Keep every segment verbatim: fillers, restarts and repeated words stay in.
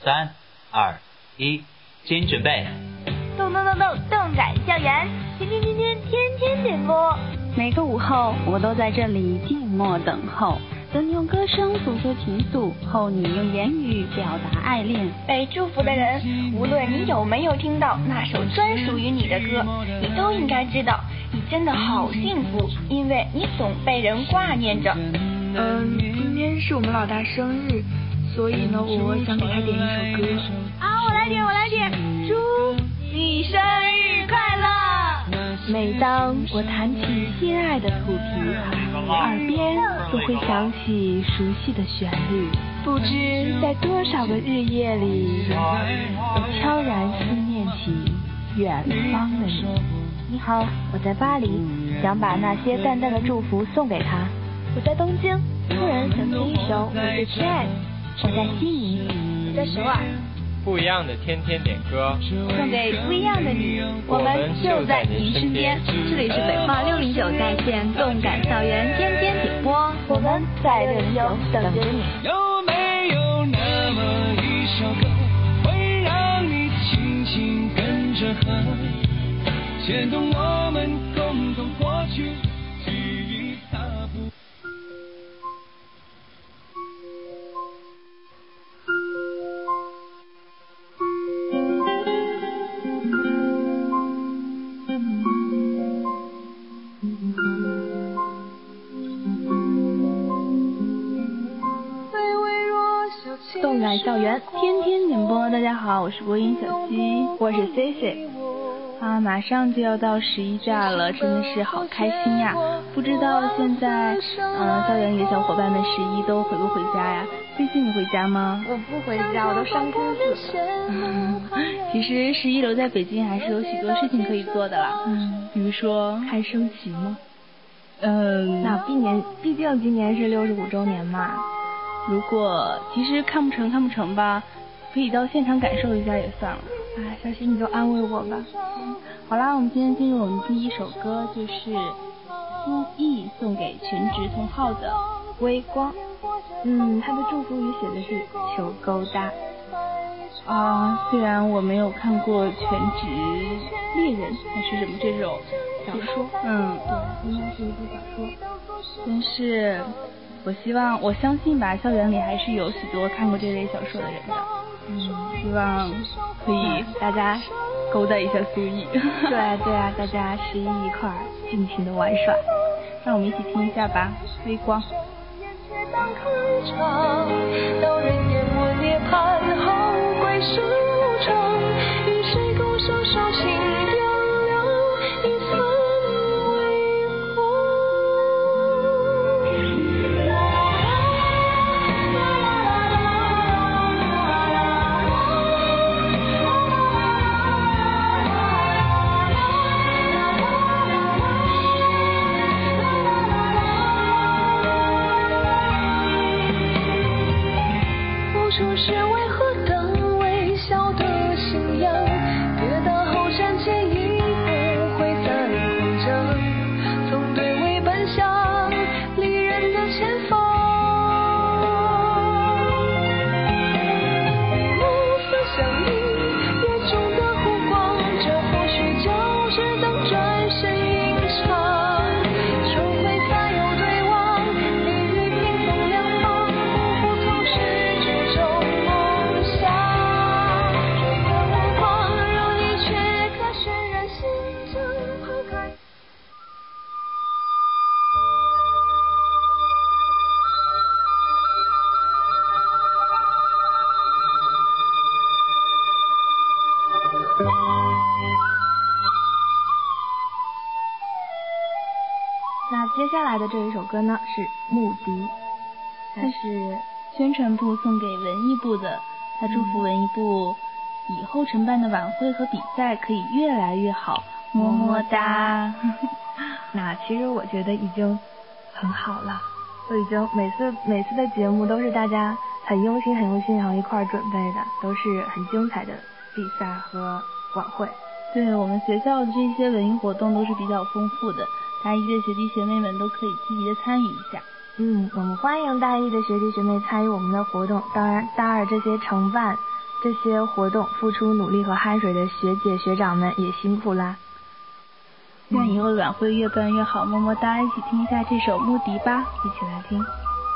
三二一，请准备。 动动动动动感校园，天天天天天天点播。 每个午后，我都在这里静默等候，等你用歌声诉说情愫，后你用言语表达爱恋。 被祝福的人，无论你有没有听到那首专属于你的歌，你都应该知道，你真的好幸福，因为你总被人挂念着。 嗯，今天是我们老大生日，所以呢，我想给他点一首歌。 啊，我来点，我来点，祝你生日快乐！ 每当我弹起心爱的土琵琶，耳边都会响起熟悉的旋律。不知在多少个日夜里，我悄然思念起远方的你。 你好，我在巴黎，想把那些淡淡的祝福送给他。 我在东京，突然想听一首我最亲爱的。 我在悉尼， 我在首尔。 不一样的天天点歌， 送给不一样的你，我们就在您身边。 这里是北化六零九在线动感校园天天点播， 我们在六零九等着你。 有没有那么一首歌，会让你轻轻跟着和，牵动我们共同过去记忆踏步。 动感校园天天点播，大家好，我是播音小溪， 我是 C C。 啊，马上就要到十一假了，真的是好开心呀！不知道现在，嗯、呃，校园里的小伙伴们十一都回不回家呀 ？C C 你回家吗？ 我不回家，我都伤心死了。 嗯，其实十一留在北京还是有许多事情可以做的啦。嗯，比如说看升旗吗？ 嗯， 那今年毕竟今年是六十五周年嘛。 如果其实看不成看不成吧，可以到现场感受一下也算了。 哎，小溪你就安慰我吧。 嗯，好啦，我们今天进入我们第一首歌，就是苏毅送给全职同号的《微光》。 嗯，他的祝福语写的是求勾搭。 啊，虽然我没有看过《全职猎人》还是什么这种小说， 嗯， 对，应该是一部小说， 但是我希望，我相信吧，校园里还是有许多看过这类小说的人的。嗯，希望可以大家勾搭一下苏毅。 对啊，对啊，大家十一一块儿尽情的玩耍。 让我们一起听一下吧，《微光》。 到人淹没涅槃后归世无常，与谁共手手心点亮一寸微光。付出是为何等微笑的信仰，跌倒后站起已不会再慌张，从对尾奔向离人的前方。暮色相映，眼中的湖光，这或许就是当转身吟唱，终会再有对望，你与屏风两旁，不负从始至终梦想。追的目光，如你却可渲染心中花开。 那接下来的这一首歌呢是《牧笛》，它是宣传部送给文艺部的，他祝福文艺部以后承办的晚会和比赛可以越来越好，么么哒。 那其实我觉得已经很好了，我已经每次每次的节目都是大家很用心很用心然后一块儿准备的，都是很精彩的比赛和晚会。 对，我们学校的这些文艺活动都是比较丰富的，大一的学弟学妹们都可以积极的参与一下。 嗯，我们欢迎大一的学弟学妹参与我们的活动，当然大二这些承办这些活动付出努力和汗水的学姐学长们也辛苦啦。 愿以后晚会越办越好，么么哒！一起听一下这首《牧笛》吧，一起来听。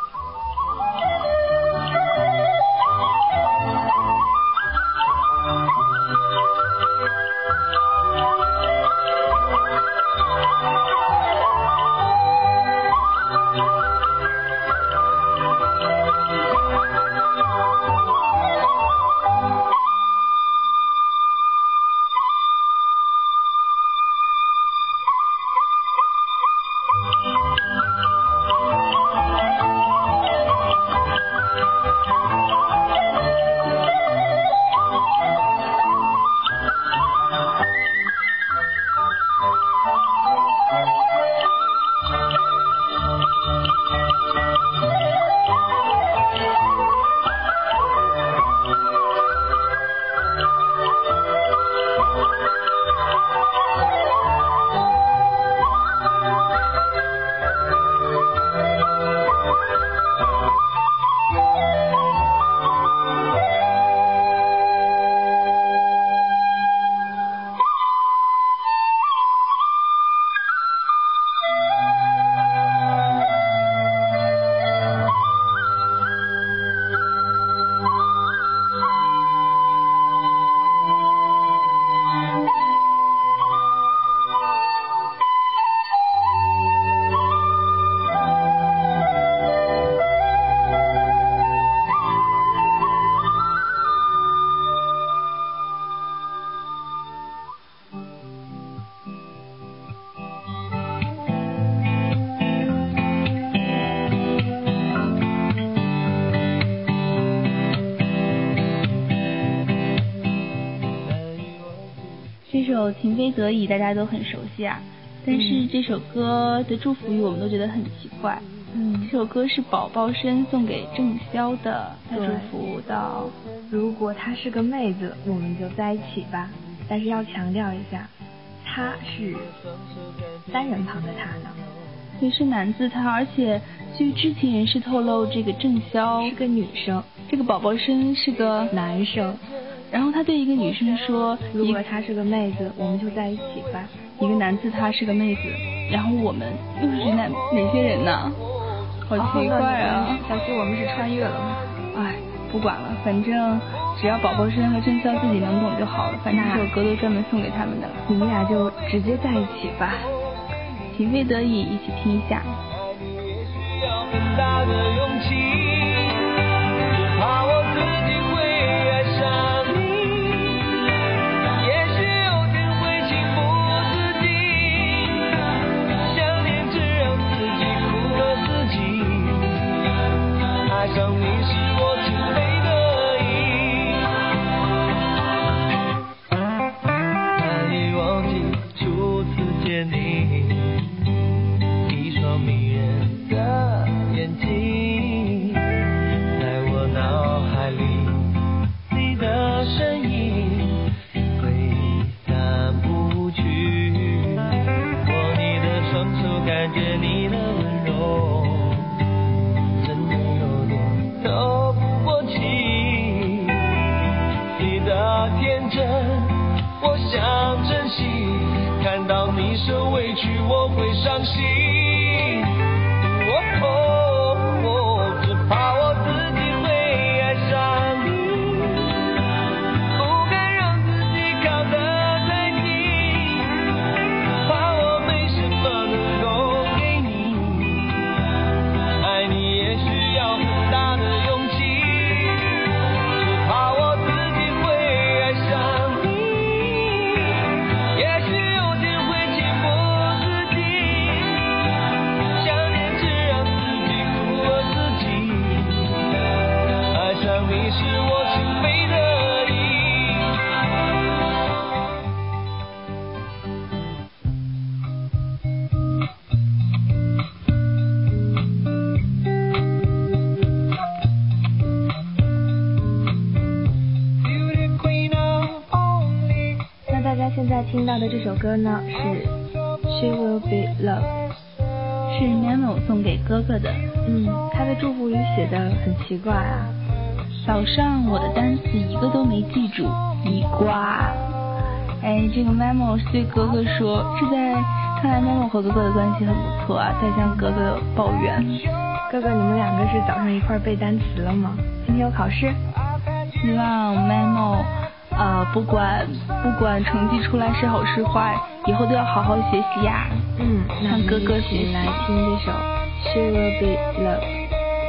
这首情非得已大家都很熟悉啊，但是这首歌的祝福语我们都觉得很奇怪。嗯，这首歌是宝宝生送给郑潇的，他祝福到如果她是个妹子我们就在一起吧，但是要强调一下她是单人旁的她呢， 对，是男字她，而且据知情人士透露，这个郑潇是个女生， 这个宝宝生是个男生， 然后他对一个女生说， 如果她是个妹子我们就在一起吧， 一个男字她是个妹子，然后我们又是哪哪些人呢？好奇怪啊！ 小希我们是穿越了吗？ 哎，不管了，反正只要宝宝生和郑潇自己能懂就好了，反正这首歌都专门送给他们的， 你们俩就直接在一起吧， 情非得已，一起听一下。 大的勇气，只怕我自己会爱上你，也许有天会情不自禁，想念只让自己苦了自己，爱上你是我情非得已，难以忘记初次见你，一双迷人的眼睛，在我脑海里，你的身影挥散不去，握你的双手，感觉你的温柔，真的有点透不过气，你的天真我想珍惜，看到你受委屈我会伤心，哦哦，只怕我自己会爱上你，不敢让自己靠得太近，怕我没什么能够给你，爱你也需要很大的勇气，只怕我自己会爱上你，也许有天会情不自禁，想念只让自己苦了自己，爱上你是我情非得已。 那大家现在听到的这首歌呢是 She Will Be Loved， 是 Nemo 送给哥哥的。 嗯，他的祝福语写得很奇怪啊， 早上我的单词一个都没记住，一挂。哎，这个 Memo 对哥哥说，这在看来 Memo 和哥哥的关系很不错啊，在向哥哥抱怨。 哥哥，你们两个是早上一块背单词了吗？今天有考试？ 希望 Memo 呃不管不管成绩出来是好是坏，以后都要好好学习呀。 嗯， 向哥哥学习。 来听这首 She Will Be Loved。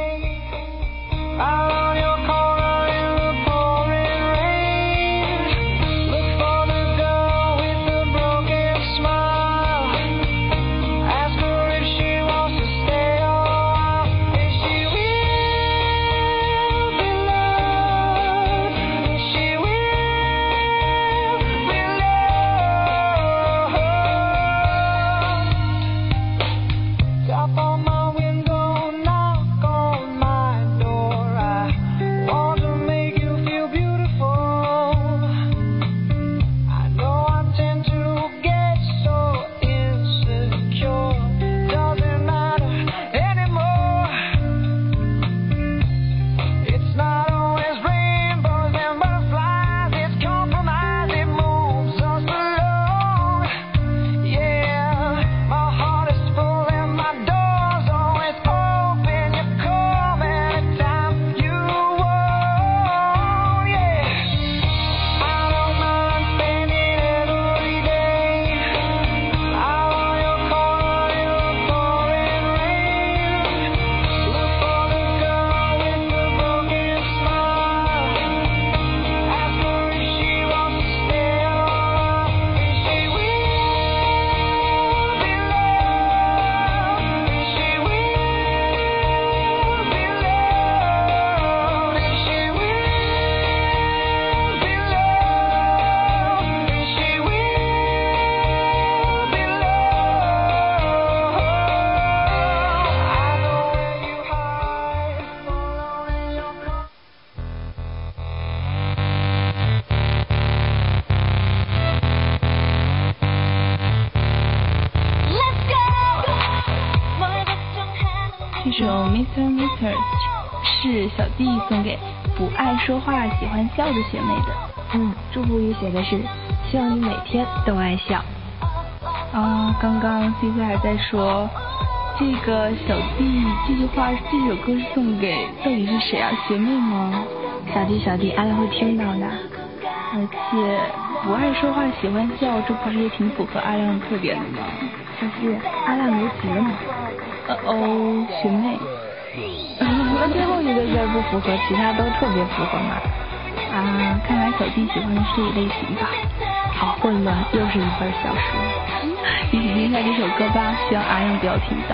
这首 Mister Mister 是小弟送给不爱说话喜欢笑的学妹的。 嗯，祝福语写的是希望你每天都爱笑。 啊，刚刚 C C 还在说这个小弟这句话这首歌是送给到底是谁啊？学妹吗？ 小弟小弟，阿亮会听到的。 而且不爱说话喜欢笑，这不是也挺符合阿亮的特点的吗？ 小弟，阿亮没急呢。 呃哦，学妹。 那最后一个字不符合，其他都特别符合嘛。 啊，看来小弟喜欢的是这一类型吧。 好混乱，又是一本小说。 一起听一下这首歌吧，希望阿亮不要听到。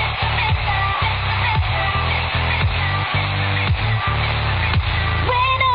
When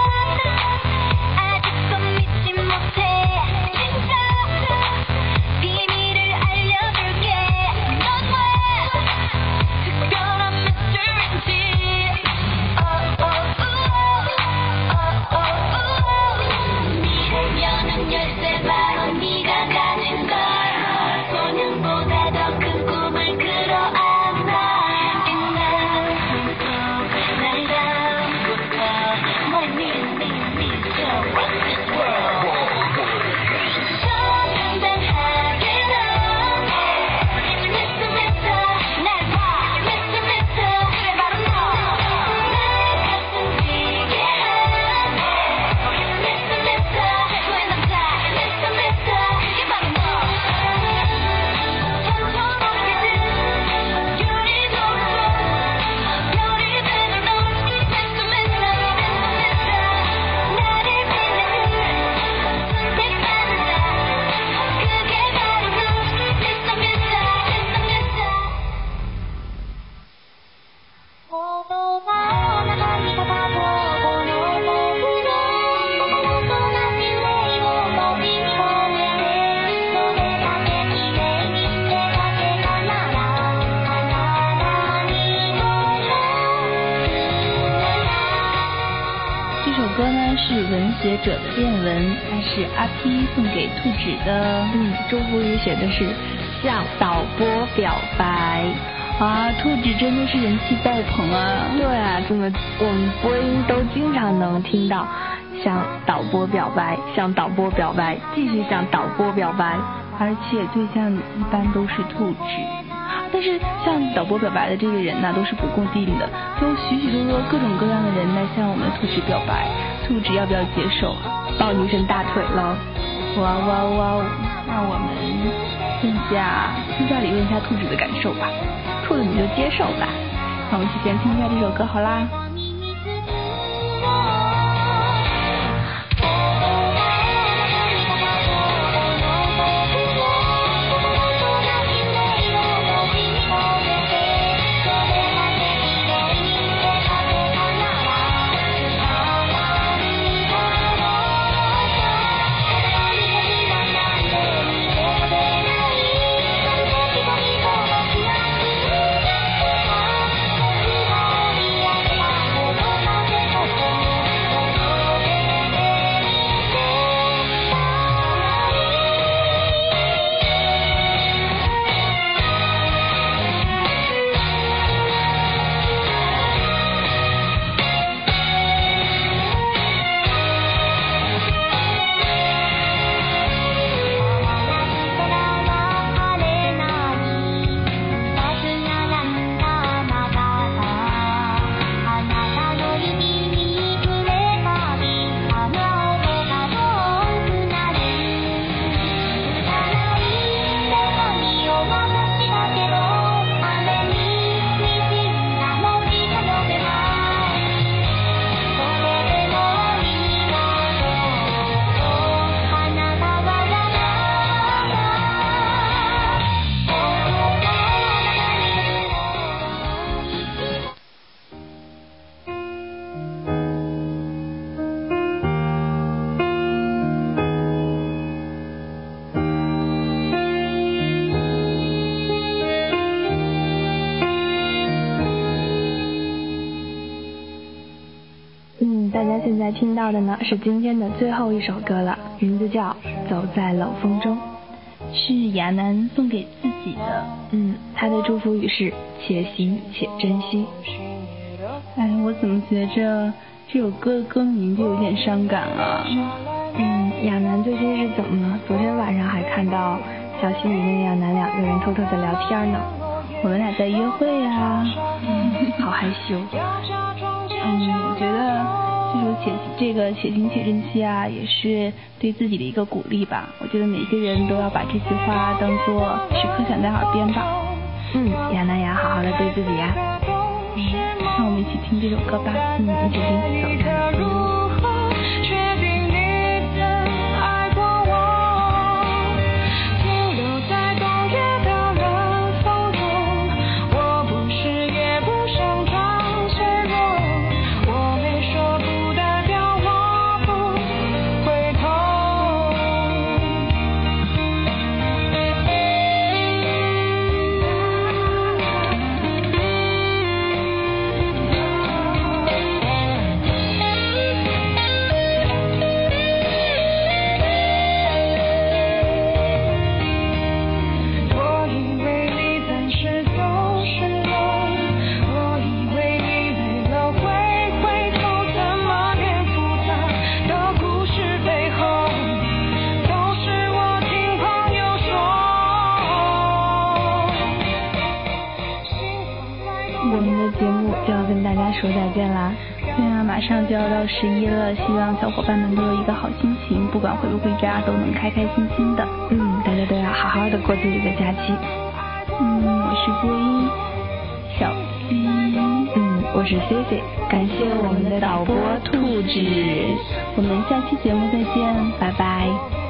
是文学者的恋文，它是阿 P 送给兔纸的。 嗯，祝福语写的是向导播表白。 啊，兔纸真的是人气爆棚啊！ 对啊，这么我们播音都经常能听到向导播表白，向导播表白，继续向导播表白， 而且对象一般都是兔纸。但是向导播表白的这个人呢，都是不固定的，有许许多多各种各样的人来向我们的兔纸表白，兔纸要不要接受？ 抱女神大腿了！ 哇哇哇！让我们问下私下里问一下兔纸的感受吧。兔子你就接受吧。那我们一起先听一下这首歌好啦。 大家现在听到的呢是今天的最后一首歌了，名字叫《走在冷风中》， 是亚楠送给自己的。 嗯，他的祝福语是且行且珍惜。 哎，我怎么觉着这首歌的歌名就有点伤感啊？ 嗯，亚楠最近是怎么了？昨天晚上还看到小溪里跟亚楠两个人偷偷的聊天呢。 我们俩在约会啊。 嗯，好害羞。 嗯，我觉得这首且这个且行且珍惜啊，也是对自己的一个鼓励吧。我觉得每一个人都要把这句话当作时刻响在耳边吧。 嗯，亚楠呀，好好的对自己呀。 嗯，那我们一起听这首歌吧。 嗯，一起听，走在冷风中。说再见啦！ 对啊，马上就要到十一了，希望小伙伴们都有一个好心情，不管回不回家都能开开心心的。 嗯，大家都要好好的过自己的假期。 嗯，我是播音小 C， 嗯，我是 C C， 感谢我们的导播兔子， 我们下期节目再见， 拜拜。